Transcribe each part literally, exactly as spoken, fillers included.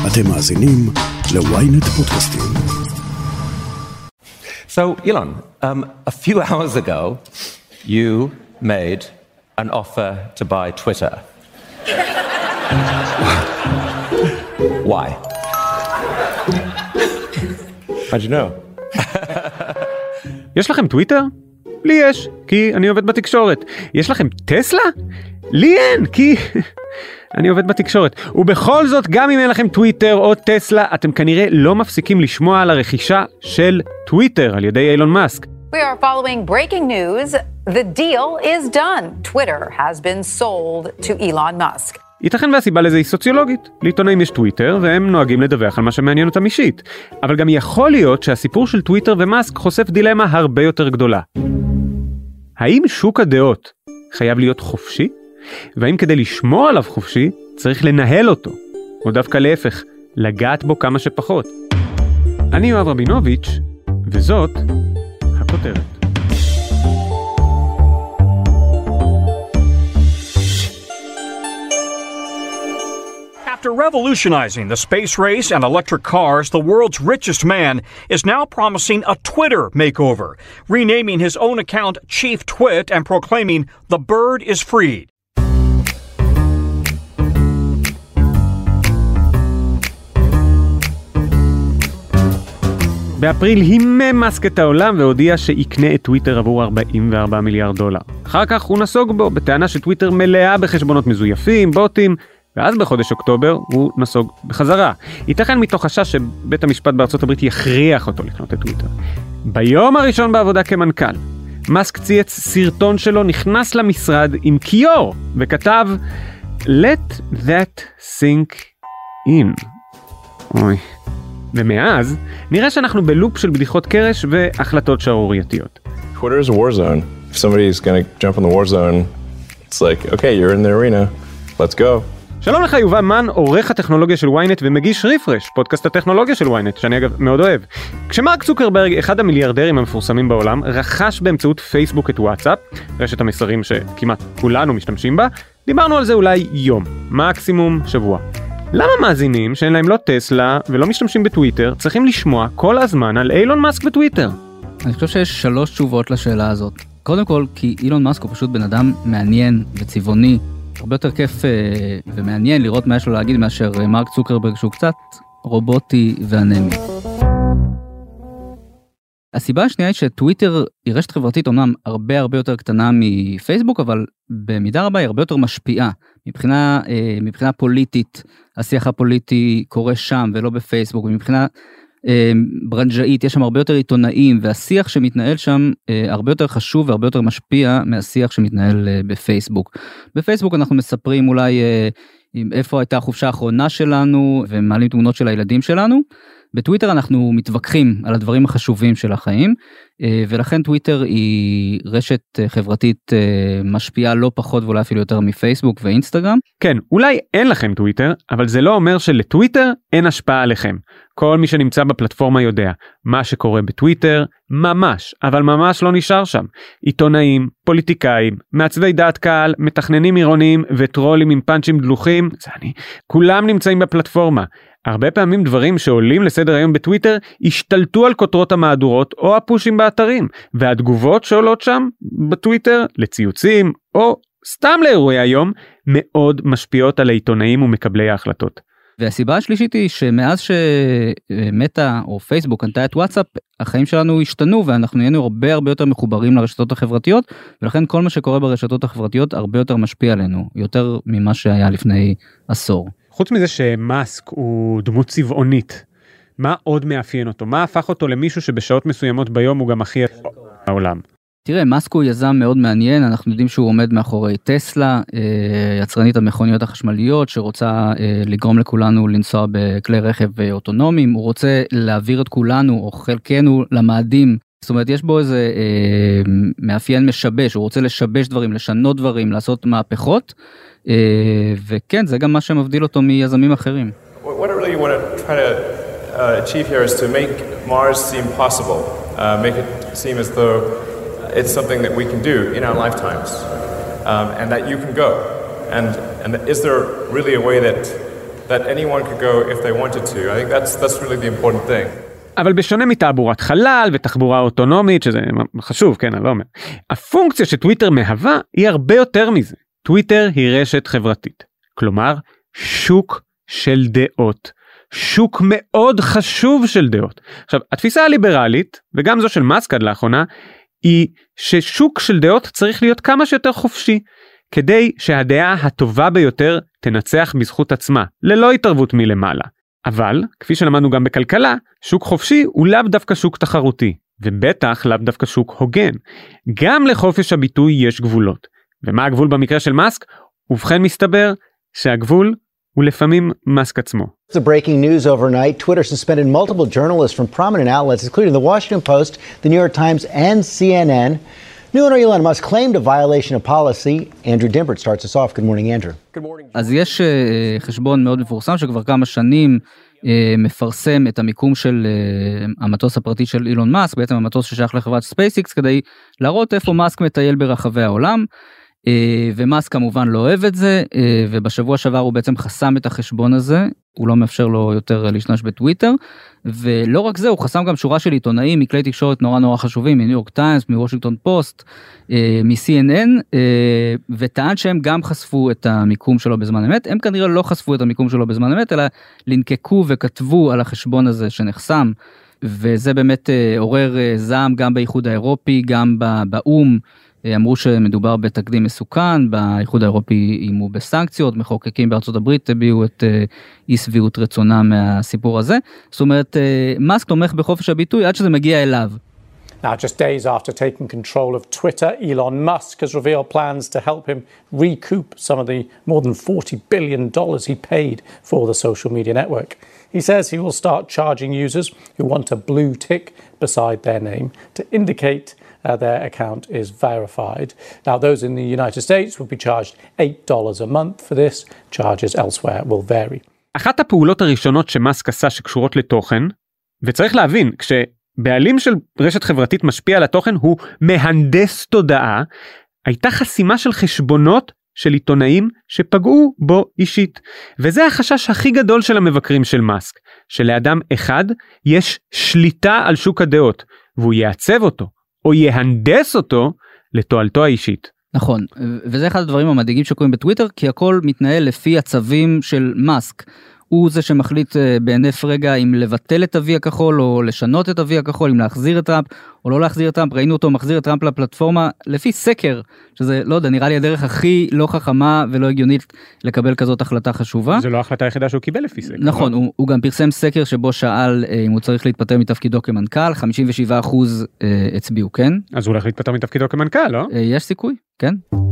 אתם מאזינים ל-ynet פודקאסטים. So, Elon, um, a few hours ago, you made an offer to buy Twitter. Why? How'd you know? יש לכם טוויטר? לי יש, כי אני עובד בתקשורת. יש לכם טסלה? לי אין, כי אני עובד בתקשורת. ובכל זאת, גם אם אין לכם טוויטר או טסלה, אתם כנראה לא מפסיקים לשמוע על הרכישה של טוויטר על ידי אילון מאסק. We are following breaking news. The deal is done. Twitter has been sold to Elon Musk. ייתכן והסיבה לזה היא סוציולוגית. לעיתונאים יש טוויטר והם נוהגים לדווח על מה שמעניין אותם אישית. אבל גם יכול להיות שהסיפור של טוויטר ומאסק חושף דילמה הרבה יותר גדולה. האם שוק הדעות חייב להיות חופשי? והאם כדי לשמור עליו חופשי צריך לנהל אותו? או דווקא להפך, לגעת בו כמה שפחות? אני יואב רבינוביץ' וזאת הכותרת. After revolutionizing the space race and electric cars, the world's richest man is now promising a Twitter makeover, renaming his own account Chief Twit and proclaiming the bird is freed. באפריל הימם מאסק את העולם והודיע שיקנה את טוויטר עבור ארבעים וארבעה מיליארד דולר. אחר כך הוא נסוג בו בטענה שטוויטר מלאה בחשבונות מזויפים, בוטים, ואז בחודש אוקטובר הוא נסוג בחזרה. ייתכן מתוך חשש שבית המשפט בארצות הברית יכריח אותו לקנות את טוויטר. ביום הראשון בעבודה כמנכ"ל, מאסק צייץ סרטון שלו, נכנס למשרד עם כיור וכתב Let that sink in. אוי. ומאז נראה שאנחנו בלופ של בדיחות קרש והחלטות שערורייתיות. Twitter is a war zone. If somebody is going to jump in the war zone, it's like, okay, you're in the arena. Let's go. שלום לך יובל מן, עורך הטכנולוגיה של ynet ומגיש ריפרש, פודקאסט הטכנולוגיה של ynet, שאני אגב מאוד אוהב. כשמרק צוקרברג, אחד המיליארדרים המפורסמים בעולם, רכש באמצעות פייסבוק את וואטסאפ, רשת המסרים שכמעט כולנו משתמשים בה, דיברנו על זה אולי יום, מקסימום שבוע. למה מאזינים שאין להם לא טסלה ולא משתמשים בטוויטר צריכים לשמוע כל הזמן על אילון מאסק בטוויטר? אני חושב שיש שלוש תשובות לשאלה הזאת. קודם כל, כי אילון מאסק הוא פשוט בן אדם מעניין וצבעוני. הרבה יותר כיף אה, ומעניין לראות מה יש לו להגיד מאשר אה, מרק צוקרברג שהוא קצת רובוטי ואנמי. הסיבה השנייה היא שטוויטר היא רשת חברתית אומנם הרבה הרבה יותר קטנה מפייסבוק, אבל במידה רבה היא הרבה יותר משפיעה. מבחינה, אה, מבחינה פוליטית, השיח הפוליטי קורה שם ולא בפייסבוק, ומבחינה אה, ברנג'אית יש שם הרבה יותר עיתונאים, והשיח שמתנהל שם אה, הרבה יותר חשוב והרבה יותר משפיע מהשיח שמתנהל אה, בפייסבוק. בפייסבוק אנחנו מספרים אולי אה, איפה הייתה החופשה האחרונה שלנו, ומעלים תמונות של הילדים שלנו. בטוויטר אנחנו מתווכחים על הדברים החשובים של החיים, ולכן טוויטר היא רשת חברתית משפיעה לא פחות ואולי אפילו יותר מפייסבוק ואינסטגרם. כן, אולי אין לכם טוויטר, אבל זה לא אומר שלטוויטר אין השפעה עליכם. כל מי שנמצא בפלטפורמה יודע, מה שקורה בטוויטר ממש, אבל ממש לא נשאר שם. עיתונאים, פוליטיקאים, מעצבי דעת קהל, מתכננים עירוניים וטרולים עם פאנצ'ים דלוחים, זה אני, כולם נמצאים בפלטפורמה. הרבה פעמים דברים שעולים לסדר היום בטוויטר השתלטו על כותרות המהדורות או הפושים באתרים, והתגובות שעולות שם בטוויטר לציוצים או סתם לאירועי היום מאוד משפיעות על העיתונאים ומקבלי ההחלטות. והסיבה השלישית היא שמאז שמטה או פייסבוק קנתה את וואטסאפ, החיים שלנו השתנו ואנחנו נהיינו הרבה הרבה יותר מחוברים לרשתות החברתיות, ולכן כל מה שקורה ברשתות החברתיות הרבה יותר משפיע עלינו, יותר ממה שהיה לפני עשור. חוץ מזה שמאסק הוא דמות צבעונית, מה עוד מאפיין אותו? מה הפך אותו למישהו שבשעות מסוימות ביום הוא גם הכי העולם? תראה, מאסק הוא יזם מאוד מעניין, אנחנו יודעים שהוא עומד מאחורי טסלה, יצרנית המכוניות החשמליות, שרוצה לגרום לכולנו לנסוע בכלי רכב אוטונומיים, הוא רוצה להעביר את כולנו או חלקנו למאדים, זאת אומרת יש בו איזה אה, מאפיין משבש, הוא רוצה לשבש דברים, לשנות דברים, לעשות מהפכות, אה, וכן, זה גם מה שמבדיל אותו מיזמים אחרים. What I really want to try to uh, achieve here is to make Mars seem possible, uh, make it seem as though it's something that we can do in our lifetimes, um, and that you can go. And, and is there really a way that that anyone could go if they wanted to. I think that's, that's really the important thing. אבל בשונה מתעבורת חלל ותחבורה אוטונומית, שזה חשוב, כן, אני לא אומר. הפונקציה שטוויטר מהווה היא הרבה יותר מזה. טוויטר היא רשת חברתית. כלומר, שוק של דעות. שוק מאוד חשוב של דעות. עכשיו, התפיסה הליברלית, וגם זו של מאסק עד לאחרונה, היא ששוק של דעות צריך להיות כמה שיותר חופשי, כדי שהדעה הטובה ביותר תנצח בזכות עצמה, ללא התערבות מלמעלה. אבל, כפי שלמדנו גם בכלכלה, שוק חופשי הוא לאו דווקא שוק תחרותי, ובטח לאו דווקא שוק הוגן. גם לחופש הביטוי יש גבולות. ומה הגבול במקרה של מאסק? ובכן מסתבר שהגבול הוא לפעמים מאסק עצמו. The breaking news overnight, Twitter suspended multiple journalists from prominent outlets, including the Washington Post, the New York Times, and C N N. New owner Elon Musk claimed a violation of policy. Andrew Dimbert starts us off. Good morning, Andrew. Good morning. אז יש uh, חשבון מאוד מפורסם שכבר כמה שנים uh, מפרסם את המיקום של uh, המטוס הפרטי של אילון מאסק, בעצם המטוס ששייך לחברת ספייסיקס, כדי להראות איפה מאסק מטייל ברחבי העולם. Uh, ומאסק כמובן לא אוהב את זה, uh, ובשבוע שעבר הוא בעצם חסם את החשבון הזה, הוא לא מאפשר לו יותר להשתמש בטוויטר, ולא רק זה, הוא חסם גם שורה של עיתונאים מכלי תקשורת נורא נורא חשובים, מניו יורק טיימס, מוושינגטון פוסט, מ-סי אן אן, וטען שהם גם חשפו את המיקום שלו בזמן אמת. הם כנראה לא חשפו את המיקום שלו בזמן אמת, אלא לנקקו וכתבו על החשבון הזה שנחסם, וזה באמת עורר זעם גם באיחוד האירופי, גם באום, אמרו שמדובר בתקדים מסוכן, באיחוד האירופי אימו בסנקציות, מחוקקים בארצות הברית הביאו את אי סבירות רצונה מהסיפור הזה. זאת אומרת, מאסק תומך בחופש הביטוי עד שזה מגיע אליו. Now, just days after taking control of Twitter, Elon Musk has revealed plans to help him recoup some of the more than forty billion dollars he paid for the social media network. He says he will start charging users who want a blue tick beside their name to indicate Uh, their account is verified. Now, those in the United States will be charged eight dollars a month for this. Charges elsewhere will vary. אחת הפעולות הראשונות שמאסק עשה שקשורות לתוכן, וצריך להבין, כשבעלים של רשת חברתית משפיע על התוכן, הוא מהנדס תודעה, הייתה חסימה של חשבונות של עיתונאים שפגעו בו אישית. וזה החשש הכי גדול של המבקרים של מאסק, שלאדם אחד יש שליטה על שוק הדעות, והוא יעצב אותו. או יהנדס אותו לתועלתו האישית. נכון, וזה אחד הדברים המדאיגים שקורים בטוויטר, כי הכל מתנהל לפי הצווים של מאסק. הוא זה שמחליט בהינף רגע אם לבטל את אבי הכחול, או לשנות את אבי הכחול, אם להחזיר את טראמפ, או לא להחזיר את טראמפ. ראינו אותו מחזיר את טראמפ לפלטפורמה, לפי סקר, שזה, לא יודע, נראה לי הדרך הכי לא חכמה ולא הגיונית לקבל כזאת החלטה חשובה. זה לא ההחלטה היחידה שהוא קיבל לפי סקר. נכון, הוא, הוא גם פרסם סקר שבו שאל אם הוא צריך להתפטר מתפקידו כמנכ"ל, חמישים ושבעה אחוז הצביעו כן. אז הוא הולך להתפטר מתפקידו כמנכ"ל, לא? יש סיכוי, כן.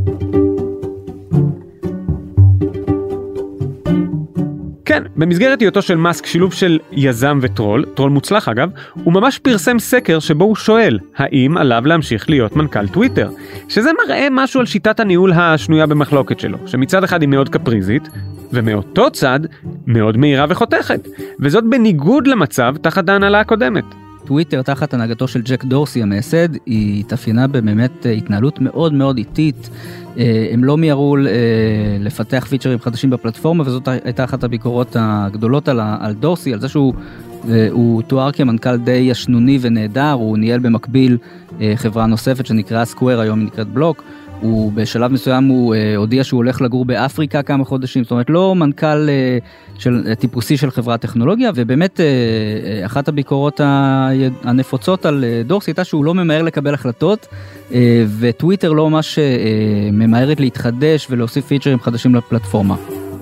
כן, במסגרת היותו של מאסק שילוב של יזם וטרול, טרול מוצלח אגב, הוא ממש פרסם סקר שבו הוא שואל, האם עליו להמשיך להיות מנכ"ל טוויטר? שזה מראה משהו על שיטת הניהול השנויה במחלוקת שלו, שמצד אחד היא מאוד קפריזית, ומאותו צד מאוד מהירה וחותכת, וזאת בניגוד למצב תחת ההנהלה הקודמת. טוויטר תחת הנהגתו של ג'ק דורסי המייסד, היא התאפיינה באמת התנהלות מאוד מאוד איטית, הם לא מיהרו לפתח פיצ'רים חדשים בפלטפורמה, וזאת הייתה אחת הביקורות הגדולות על, על דורסי, על זה שהוא הוא תואר כמנכ"ל די ישנוני ונהדר, הוא ניהל במקביל חברה נוספת שנקראה סקוואר, היום היא נקראת בלוק, הוא בשלב מסוים הוא הודיע שהוא הולך לגור באפריקה כמה חודשים, זאת אומרת לא מנכ"ל של טיפוסי של חברת טכנולוגיה, ובאמת אחת הביקורות הנפוצות על דורסי הייתה שהוא לא ממהר לקבל החלטות, וטוויטר לא ממש ממהרת להתחדש ולהוסיף פיצ'רים חדשים לפלטפורמה.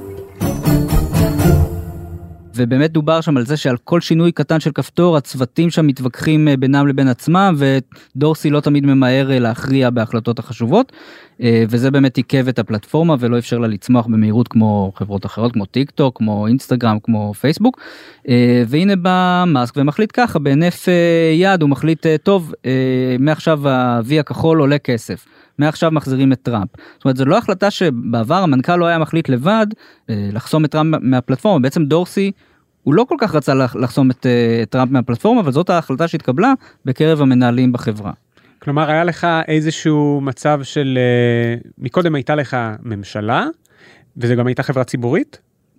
ובאמת דובר שם על זה שעל כל שינוי קטן של כפתור, הצוותים שם מתווכחים בינם לבין עצמם, ודורסי לא תמיד ממהר להכריע בהחלטות החשובות, וזה באמת עיכב את הפלטפורמה, ולא אפשר לה לצמוח במהירות כמו חברות אחרות, כמו טיק טוק, כמו אינסטגרם, כמו פייסבוק, והנה בא מאסק ומחליט ככה, בהינף יד הוא מחליט, טוב, מעכשיו ה-וי הכחול עולה כסף, מעכשיו מחזירים את טראמפ. זאת אומרת, זו לא החלטה שבעבר המנכ"ל לא היה מחליט לבד, לחסום את טראמפ מהפלטפורמה, בעצם דורסי הוא לא כל כך רצה לחסום את טראמפ מהפלטפורמה, אבל זאת ההחלטה שהתקבלה בקרב המנהלים בחברה. כלומר, היה לך איזשהו מצב של, מקודם הייתה לך ממשלה, וזה גם הייתה חברה ציבורית?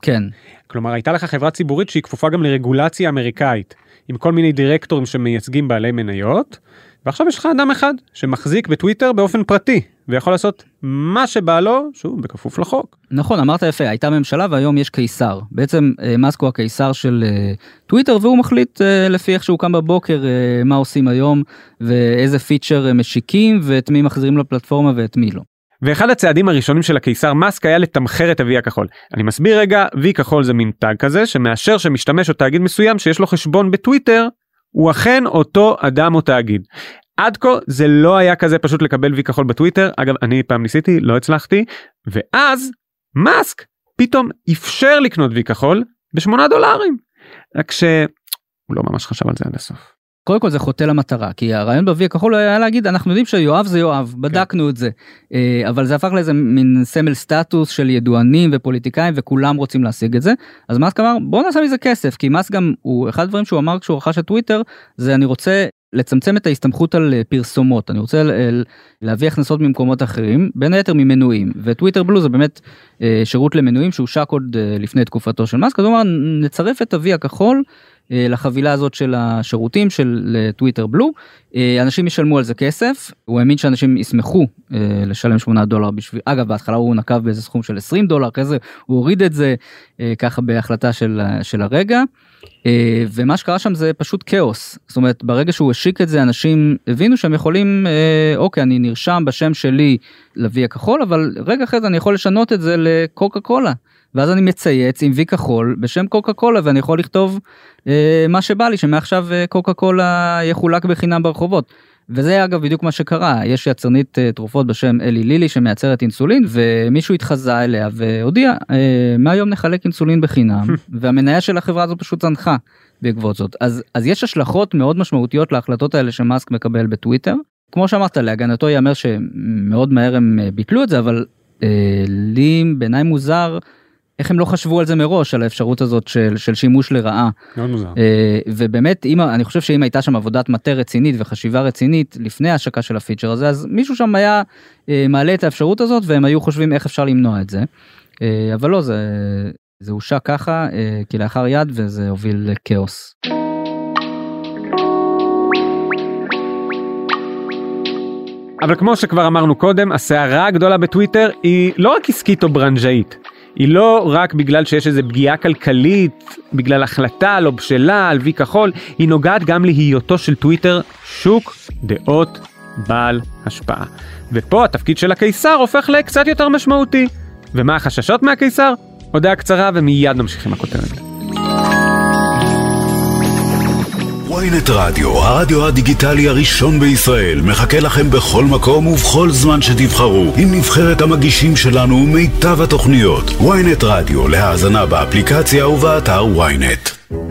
כן. כלומר, הייתה לך חברה ציבורית שהיא כפופה גם לרגולציה אמריקאית, עם כל מיני דירקטורים שמייצגים בעלי מניות, ועכשיו יש לך אדם אחד שמחזיק בטוויטר באופן פרטי, ויכול לעשות מה שבא לו, שהוא בכפוף לחוק. נכון, אמרת יפה, הייתה ממשלה והיום יש קיסר. בעצם מאסק הוא הקיסר של טוויטר, והוא מחליט לפי איך שהוא קם בבוקר מה עושים היום, ואיזה פיצ'ר משיקים, ואת מי מחזירים לפלטפורמה ואת מי לא. ואחד הצעדים הראשונים של הקיסר מאסק היה לתמחר את ה-וי הכחול. אני מסביר רגע, וי כחול זה מין טאג כזה, שמאשר שמשתמש או תאגיד מסוים שיש לו חשבון בטוויטר, הוא אכן אותו אדם או תאגיד. עד כה זה לא היה כזה פשוט לקבל וי כחול בטוויטר, אגב אני פעם ניסיתי, לא הצלחתי, ואז מאסק פתאום אפשר לקנות וי כחול בשמונה דולרים, רק שהוא לא ממש חשב על זה עד הסוף. קודם כל זה חוטא למטרה, כי הרעיון בוי הכחול היה להגיד, אנחנו יודעים שיואב זה יואב, בדקנו את זה, אבל זה הפך לאיזה מין סמל סטטוס של ידוענים ופוליטיקאים, וכולם רוצים להשיג את זה, אז מאסק אמר, בוא נעשה מזה כסף, כי מאסק גם, הוא, אחד הדברים שהוא אמר כשהוא רכש את טוויטר, זה אני רוצה לצמצם את ההסתמכות על פרסומות, אני רוצה להביא הכנסות ממקומות אחרים, בין היתר ממנויים, וטוויטר בלו זה באמת שירות למנויים, שהוא שק עוד לפני תקופתו של מאסק, אז הוא אמר, נצרף את ה-וי הכחול, לחבילה הזאת של השירותים של טוויטר בלו, אנשים ישלמו על זה כסף, הוא האמין שאנשים ישמחו לשלם שמונה דולר בשביל, אגב בהתחלה הוא נקב באיזה סכום של עשרים דולר, אחרי זה הוא הוריד את זה ככה בהחלטה של, של הרגע, ומה שקרה שם זה פשוט כאוס, זאת אומרת ברגע שהוא השיק את זה אנשים הבינו שהם יכולים, אוקיי אני נרשם בשם שלי לוי הכחול, אבל רגע אחרי זה אני יכול לשנות את זה לקוקה קולה, ואז אני מצייץ עם וי כחול בשם קוקה קולה, ואני יכול לכתוב אה, מה שבא לי, שמעכשיו אה, קוקה קולה יחולק בחינם ברחובות. וזה אגב בדיוק מה שקרה, יש יצרנית אה, תרופות בשם אלי לילי שמייצרת אינסולין, ומישהו התחזה אליה והודיע, אה, מהיום נחלק אינסולין בחינם, והמניה של החברה הזו פשוט זנחה בעקבות זאת. אז, אז יש השלכות מאוד משמעותיות להחלטות האלה שמאסק מקבל בטוויטר. כמו שאמרת, להגנתו יאמר שמאוד מהר הם ביטלו את זה, אבל אה, לי בעיניי מוזר, איך הם לא חשבו על זה מראש, על האפשרות הזאת של, של שימוש לרעה. מאוד מוזר. ובאמת, אם, אני חושב שאם הייתה שם עבודת מטה רצינית וחשיבה רצינית לפני ההשקה של הפיצ'ר הזה, אז מישהו שם היה מעלה את האפשרות הזאת, והם היו חושבים איך אפשר למנוע את זה. אבל לא, זה, זה הושק ככה, כי לאחר יד, וזה הוביל לכאוס. אבל כמו שכבר אמרנו קודם, הסערה הגדולה בטוויטר היא לא רק עסקית או ברנג'אית. היא לא רק בגלל שיש איזו פגיעה כלכלית, בגלל החלטה לא בשלה על וי כחול, היא נוגעת גם להיותו של טוויטר שוק דעות בעל השפעה. ופה התפקיד של הקיסר הופך לקצת יותר משמעותי. ומה החששות מהקיסר? הודעה קצרה ומיד נמשיך עם הכותרת. וויינט רדיו, הרדיו הדיגיטלי הראשון בישראל, מחכה לכם בכל מקום ובכל זמן שתבחרו, עם נבחרת המגישים שלנו ומיטב התוכניות. וויינט רדיו, להאזנה באפליקציה ובאתר וויינט.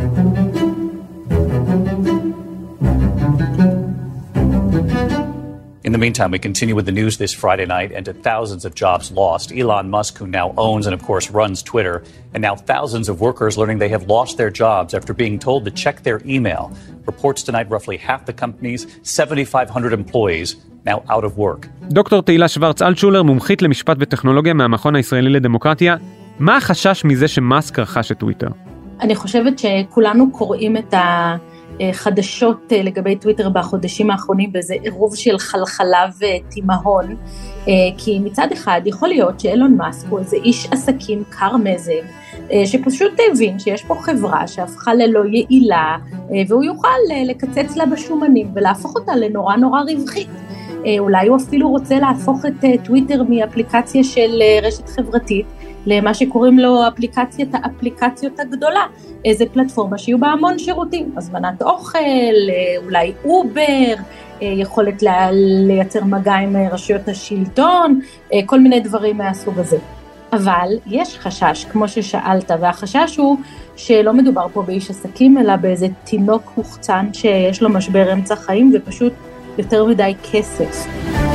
In the meantime, we continue with the news this Friday night and to thousands of jobs lost. Elon Musk, who now owns and of course runs Twitter, and now thousands of workers learning they have lost their jobs after being told to check their email. Reports tonight roughly half the company's seventy-five hundred employees now out of work. דוקטור תהילה שוורץ אלטשולר, מומחית למשפט וטכנולוגיה מהמכון הישראלי לדמוקרטיה. מה החשש מזה שמאסק רכש את טוויטר? אני חושבת שכולנו קוראים את ה... חדשות לגבי טוויטר בחודשים האחרונים באיזה עירוב של חלחלה ותימהון, כי מצד אחד יכול להיות שאילון מאסק הוא איזה איש עסקים קר מזג, שפשוט הבין שיש פה חברה שהפכה ללא יעילה, והוא יוכל לקצץ לה בשומנים ולהפוך אותה לנורא נורא רווחית. אולי הוא אפילו רוצה להפוך את טוויטר מאפליקציה של רשת חברתית, למה שקוראים לו אפליקציית האפליקציות הגדולה, איזה פלטפורמה שיהיו בה המון שירותים, הזמנת אוכל, אולי אובר, יכולת לייצר מגע עם רשויות השלטון, כל מיני דברים מהסוג הזה. אבל יש חשש, כמו ששאלת, והחשש הוא שלא מדובר פה באיש עסקים, אלא באיזה תינוק מוחצן שיש לו משבר אמצע חיים, ופשוט יותר מדי כסף.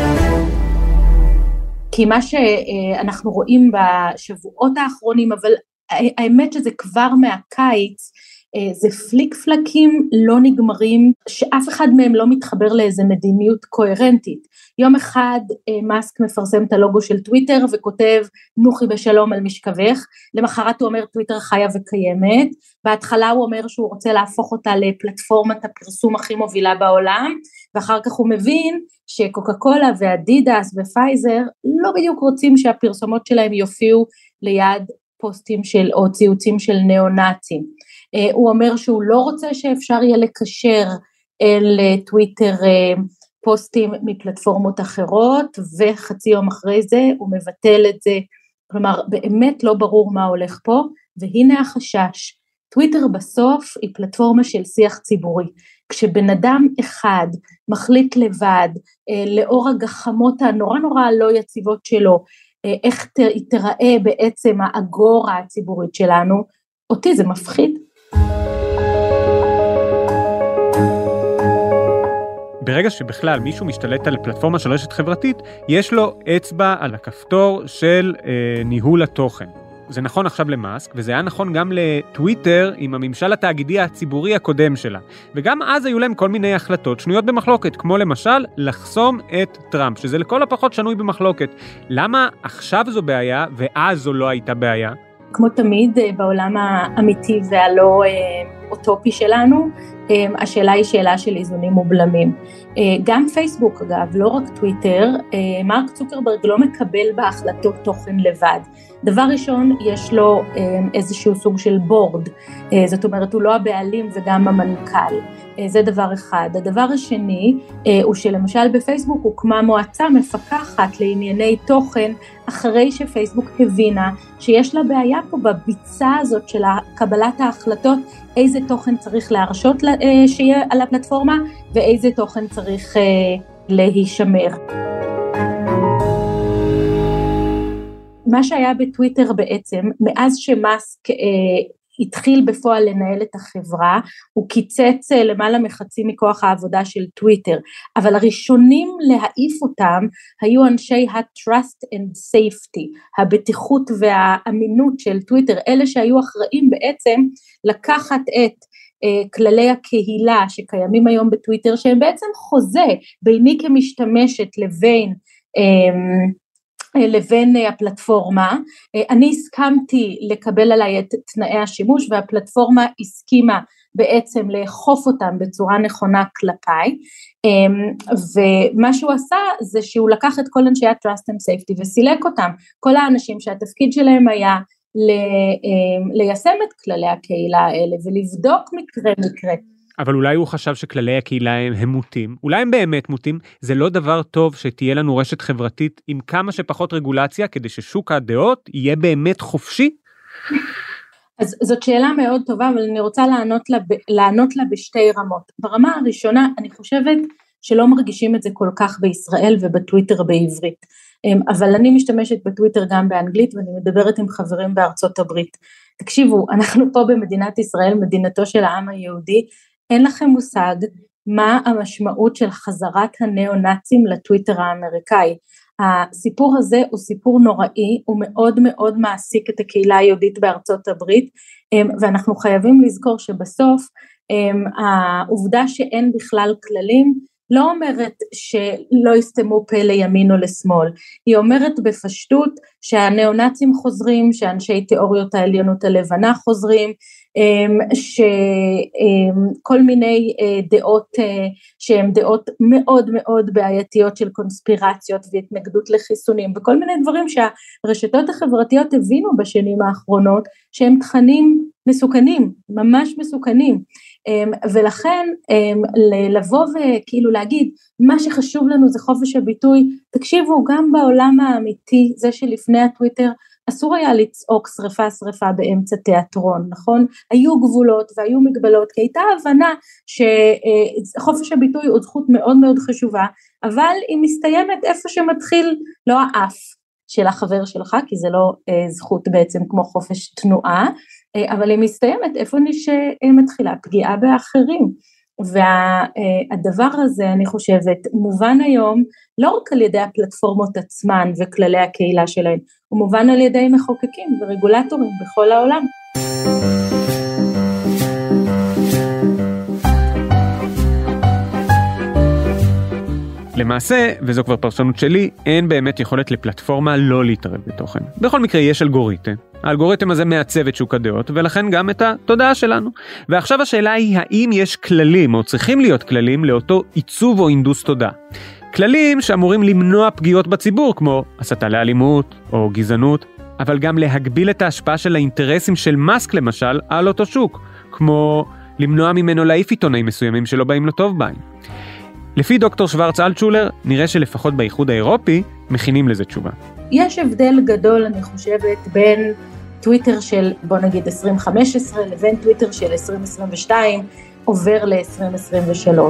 כי מה שאנחנו רואים בשבועות האחרונים, אבל האמת שזה כבר מהקיץ, זה פליק פלקים לא נגמרים, שאף אחד מהם לא מתחבר לאיזה מדיניות קוהרנטית. יום אחד מאסק מפרסם את הלוגו של טוויטר וכותב נוחי בשלום על משכבך, למחרת הוא אומר טוויטר חיה וקיימת, בהתחלה הוא אומר שהוא רוצה להפוך אותה לפלטפורמת הפרסום הכי מובילה בעולם, ואחר כך הוא מבין שקוקה קולה ואדידס ופייזר לא בדיוק רוצים שהפרסומות שלהם יופיעו ליד פוסטים של או ציוצים של ניאו-נאצים. הוא אומר שהוא לא רוצה שאפשר יהיה לקשר אל טוויטר פוסטים מפלטפורמות אחרות, וחצי יום אחרי זה הוא מבטל את זה. כלומר באמת לא ברור מה הולך פה, והנה החשש. טוויטר בסוף היא פלטפורמה של שיח ציבורי, כשבן אדם אחד מחליט לבד, לאור הגחמות הנורא נורא לא יציבות שלו, איך תראה בעצם האגורה הציבורית שלנו, אותי זה מפחיד. ברגע שבכלל מישהו משתלט על פלטפורמה של רשת חברתית, יש לו אצבע על הכפתור של אה, ניהול התוכן. זה נכון עכשיו למאסק, וזה היה נכון גם לטוויטר עם הממשל התאגידי הציבורי הקודם שלה. וגם אז היו להם כל מיני החלטות שנויות במחלוקת, כמו למשל לחסום את טראמפ, שזה לכל הפחות שנוי במחלוקת. למה עכשיו זו בעיה ואז זו לא הייתה בעיה? כמו תמיד בעולם האמיתי והלא אוטופי שלנו, השאלה היא שאלה של איזונים ובלמים. גם פייסבוק אגב, לא רק טוויטר, מרק צוקרברג לא מקבל בהחלטות תוכן לבד. דבר ראשון, יש לו איזשהו סוג של בורד, זאת אומרת הוא לא הבעלים וגם המנכ"ל, זה דבר אחד. הדבר השני הוא שלמשל בפייסבוק הוקמה מועצה מפקחת לענייני תוכן, אחרי שפייסבוק הבינה שיש לה בעיה פה בביצה הזאת של קבלת ההחלטות, איזה תוכן צריך להרשות שיהיה על הפלטפורמה, ואיזה תוכן צריך להישמר. מה שהיה בטוויטר בעצם, מאז שמאסק אה, התחיל בפועל לנהל את החברה, הוא קיצץ אה, למעלה מחצי מכוח העבודה של טוויטר, אבל הראשונים להעיף אותם, היו אנשי ה-Trust and Safety, הבטיחות והאמינות של טוויטר, אלה שהיו אחראים בעצם לקחת את אה, כללי הקהילה שקיימים היום בטוויטר, שהם בעצם חוזה ביני כמשתמשת לבין אה, לבין הפלטפורמה. אני הסכמתי לקבל עליי את תנאי השימוש, והפלטפורמה הסכימה בעצם לאכוף אותם בצורה נכונה כלפיי, ומה שהוא עשה זה שהוא לקח את כל אנשי ה-Trust and Safety וסילק אותם, כל האנשים שהתפקיד שלהם היה ליישם את כללי הקהילה האלה ולבדוק מקרה מקרה. אבל אולי הוא חשב שכללי הקהילה הם מוטים, אולי הם באמת מוטים, זה לא דבר טוב שתהיה לנו רשת חברתית עם כמה שפחות רגולציה, כדי ששוק הדעות יהיה באמת חופשי? אז זאת שאלה מאוד טובה, אבל אני רוצה לענות לה, לענות לה בשתי רמות. ברמה הראשונה, אני חושבת שלא מרגישים את זה כל כך בישראל ובטוויטר בעברית, אבל אני משתמשת בטוויטר גם באנגלית, ואני מדברת עם חברים בארצות הברית. תקשיבו, אנחנו פה במדינת ישראל, מדינתו של העם היהודי, אין לכם מושג מה המשמעות של חזרת הנאו-נאצים לטוויטר האמריקאי. הסיפור הזה הוא סיפור נוראי, הוא מאוד מאוד מעסיק את הקהילה היהודית בארצות הברית, ואנחנו חייבים לזכור שבסוף העובדה שאין בכלל כללים, לא אומרת שלא יסתמו פה לימין או לשמאל, היא אומרת בפשטות שהנאו-נאצים חוזרים, שאנשי תיאוריות העליונות הלבנה חוזרים, שכל מיני דעות שהן דעות מאוד מאוד בעייתיות של קונספירציות והתנגדות לחיסונים, וכל מיני דברים שהרשתות החברתיות הבינו בשנים האחרונות, שהם תכנים מסוכנים, ממש מסוכנים, ולכן לבוא וכאילו להגיד, מה שחשוב לנו זה חופש הביטוי, תקשיבו, גם בעולם האמיתי, זה שלפני הטוויטר, אסור היה לצעוק שריפה שריפה באמצע תיאטרון, נכון? היו גבולות והיו מגבלות, כי הייתה הבנה שחופש הביטוי הוא זכות מאוד מאוד חשובה, אבל היא מסתיימת איפה שמתחיל, לא האף של החבר שלך, כי זה לא זכות בעצם כמו חופש תנועה, אבל היא מסתיימת איפה שמתחילה פגיעה באחרים, והדבר הזה אני חושבת מובן היום לא רק על ידי הפלטפורמות עצמן וכללי הקהילה שלהן, הוא מובן על ידי מחוקקים ורגולטורים בכל העולם. למעשה, וזו כבר פרשנות שלי, אין באמת יכולת לפלטפורמה לא להתערב בתוכן. בכל מקרה יש אלגוריתם. האלגוריתם הזה מעצב את שוק הדעות, ולכן גם את התודעה שלנו. ועכשיו השאלה היא, האם יש כללים, או צריכים להיות כללים, לאותו עיצוב או אינדוס תודעה. כללים שאמורים למנוע פגיעות בציבור, כמו הסתה לאלימות או גזענות, אבל גם להגביל את ההשפעה של האינטרסים של מאסק למשל על אותו שוק, כמו למנוע ממנו להעיף עיתונאים מסוימים שלא באים לו טוב בהם. לפי דוקטור שוורץ אלטשולר, נראה שלפחות באיחוד האירופי מכינים לזה תשובה. יש הבדל גדול, אני חושבת, בין טוויטר של, בוא נגיד, עשרים חמש עשרה לבין טוויטר של עשרים עשרים ושתיים עובר ל-עשרים עשרים ושלוש.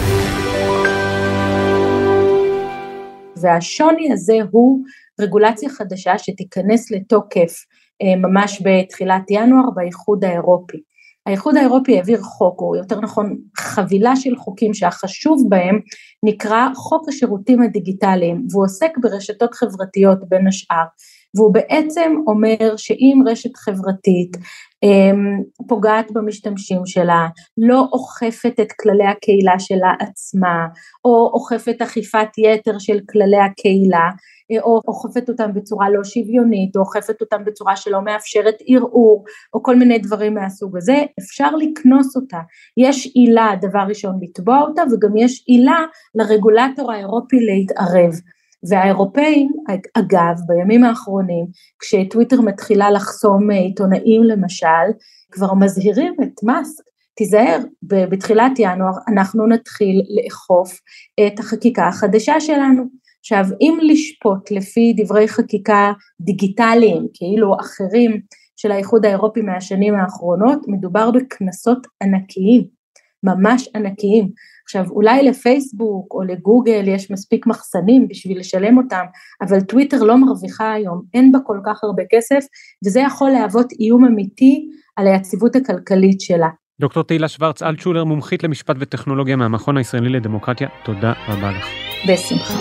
והשוני הזה הוא רגולציה חדשה שתיכנס לתוקף ממש בתחילת ינואר באיחוד האירופי. האיחוד האירופי העביר חוק, או יותר נכון חבילה של חוקים שהחשוב בהם נקרא חוק השירותים הדיגיטליים, והוא עוסק ברשתות חברתיות בין השאר, והוא בעצם אומר שאם רשת חברתית פוגעת במשתמשים שלה, לא אוכפת את כללי הקהילה שלה עצמה, או אוכפת אכיפת יתר של כללי הקהילה, או אוכפת אותם בצורה לא שוויונית, או אוכפת אותם בצורה שלא מאפשרת ערעור, או כל מיני דברים מהסוג הזה, אפשר לקנוס אותה. יש עילה, דבר ראשון, לתבוע אותה, וגם יש עילה לרגולטור האירופי להתערב. והאירופאים, אגב, בימים האחרונים, כשטוויטר מתחילה לחסום עיתונאים למשל, כבר מזהירים את מאסק, תיזהר, בתחילת ינואר אנחנו נתחיל לאכוף את החקיקה החדשה שלנו. עכשיו, אם לשפוט לפי דברי חקיקה דיגיטליים, כאילו אחרים של האיחוד האירופי מהשנים האחרונות, מדובר בכנסות ענקיים, ממש ענקיים. עכשיו, אולי לפייסבוק או לגוגל יש מספיק מחסנים בשביל לשלם אותם, אבל טוויטר לא מרוויחה היום, אין בה כל כך הרבה כסף, וזה יכול להוות איום אמיתי על היציבות הכלכלית שלה. דוקטור תהילה שוורץ אלטשולר, מומחית למשפט וטכנולוגיה מהמכון הישראלי לדמוקרטיה, תודה רבה לך. בשמחה.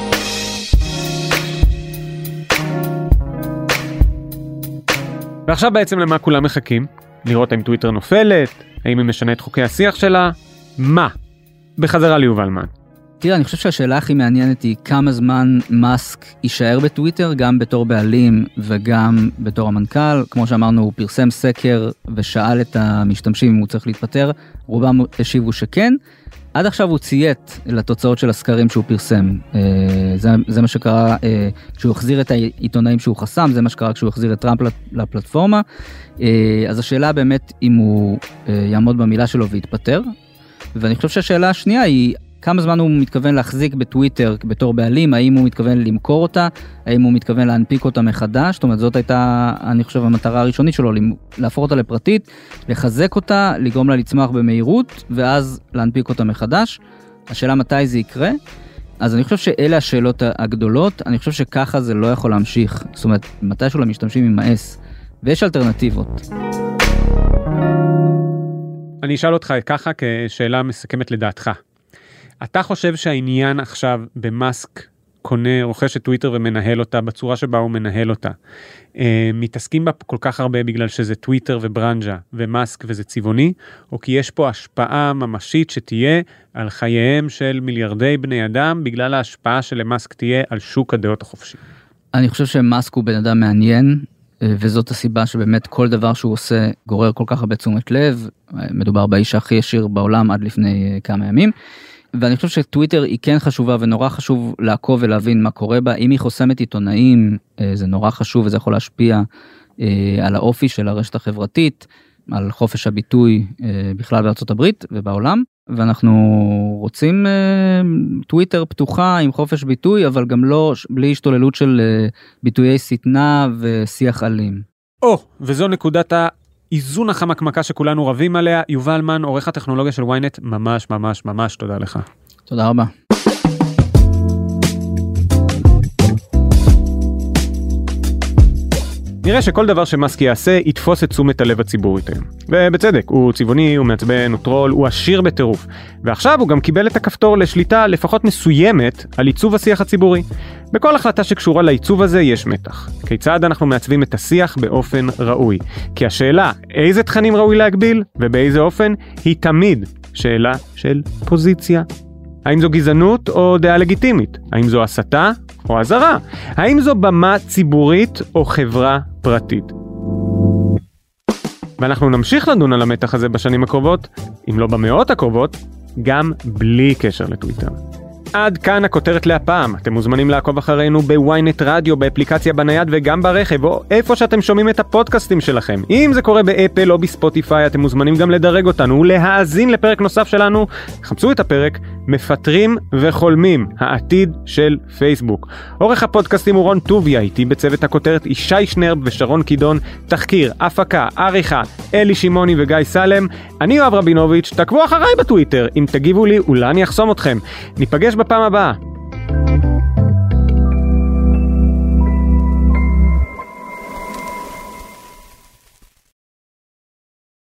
ועכשיו בעצם למה כולם מחכים? לראות האם טוויטר נופלת, האם היא משנה את חוקי השיח שלה? מה? בחזרה ליובל מן. תראה, אני חושב שהשאלה הכי מעניינת היא כמה זמן מאסק יישאר בטוויטר, גם בתור בעלים וגם בתור המנכ"ל. כמו שאמרנו, הוא פרסם סקר ושאל את המשתמשים אם הוא צריך להתפטר, רובם השיבו שכן. עד עכשיו הוא ציית לתוצאות של הסקרים שהוא פרסם. זה, זה מה שקרה כשהוא החזיר את העיתונאים שהוא חסם, זה מה שקרה כשהוא החזיר את טראמפ לפלטפורמה. אז השאלה באמת אם הוא יעמוד במילה שלו ויתפטר. ואני חושב שהשאלה השנייה היא, כמה זמן הוא מתכוון להחזיק בטוויטר בתור בעלים, האם הוא מתכוון למכור אותה, האם הוא מתכוון להנפיק אותה מחדש, זאת אומרת, זאת הייתה, אני חושב, המטרה הראשונית שלו, להפוך אותה לפרטית, לחזק אותה, לגרום לה לצמח במהירות, ואז להנפיק אותה מחדש. השאלה מתי זה יקרה, אז אני חושב שאלה השאלות הגדולות, אני חושב שככה זה לא יכול להמשיך, זאת אומרת, מתישהו למשתמשים עם האס, ויש אלטרנטיבות. אני אשאל אותך ככה כשאלה מסכמת לדעתך. אתה חושב שהעניין עכשיו במאסק קונה, רוכש את טוויטר ומנהל אותה בצורה שבה הוא מנהל אותה, מתעסקים בה כל כך הרבה בגלל שזה טוויטר וברנג'ה ומאסק וזה צבעוני, או כי יש פה השפעה ממשית שתהיה על חייהם של מיליארדי בני אדם, בגלל ההשפעה שלמאסק תהיה על שוק הדעות החופשי? אני חושב שמאסק הוא בן אדם מעניין, וזאת הסיבה שבאמת כל דבר שהוא עושה גורר כל כך הרבה תשומת לב, מדובר באיש הכי ישיר בעולם עד לפני כמה ימים, ואני חושב שטוויטר היא כן חשובה ונורא חשוב לעקוב ולהבין מה קורה בה, אם היא חוסמת עיתונאים זה נורא חשוב וזה יכול להשפיע על האופי של הרשת החברתית, על חופש הביטוי בכלל בארצות הברית ובעולם, ואנחנו רוצים טוויטר פתוחה עם חופש ביטוי, אבל גם לא בלי השתוללות של ביטויי סטנה ושיח אלים. או, וזו נקודת האיזון החמקמקה שכולנו רבים עליה. יובל מן, עורך הטכנולוגיה של וויינט, ממש ממש ממש תודה לך. תודה רבה. נראה שכל דבר שמאסק יעשה יתפוס את תשומת הלב הציבורית היום. ובצדק, הוא צבעוני, הוא מעצבן, הוא טרול, הוא עשיר בטירוף. ועכשיו הוא גם קיבל את הכפתור לשליטה לפחות מסוימת על עיצוב השיח הציבורי. בכל החלטה שקשורה לעיצוב הזה יש מתח. כיצד אנחנו מעצבים את השיח באופן ראוי? כי השאלה איזה תכנים ראוי להגביל ובאיזה אופן היא תמיד שאלה של פוזיציה. האם זו גזענות או דעה לגיטימית? האם זו הסתה או הזרה? האם זו במה ציבורית או חברה פרטית? ואנחנו נמשיך לדון על המתח הזה בשנים הקרובות, אם לא במאות הקרובות, גם בלי קשר לטוויטר. עד כאן הכותרת להפעם. אתם מוזמנים לעקוב אחרינו בוויינט רדיו, באפליקציה בנייד וגם ברכב, או איפה שאתם שומעים את הפודקאסטים שלכם. אם זה קורה באפל או בספוטיפיי, אתם מוזמנים גם לדרג אותנו ולהאזין לפרק נוסף שלנו. חפשו את הפרק מפטרים וחולמים, העתיד של פייסבוק. עורך הפודקאסטים הוא רון טוביה, איתי בצוות הכותרת ישי שנרב ושרון קידון, תחקיר, הפקה, עריכה, אלי שימוני וגיא סלם. אני יואב רבינוביץ', תעקבו אחריי בטוויטר, אם תגיבו לי אולי אני אחסום אתכם. ניפגש בפעם הבאה.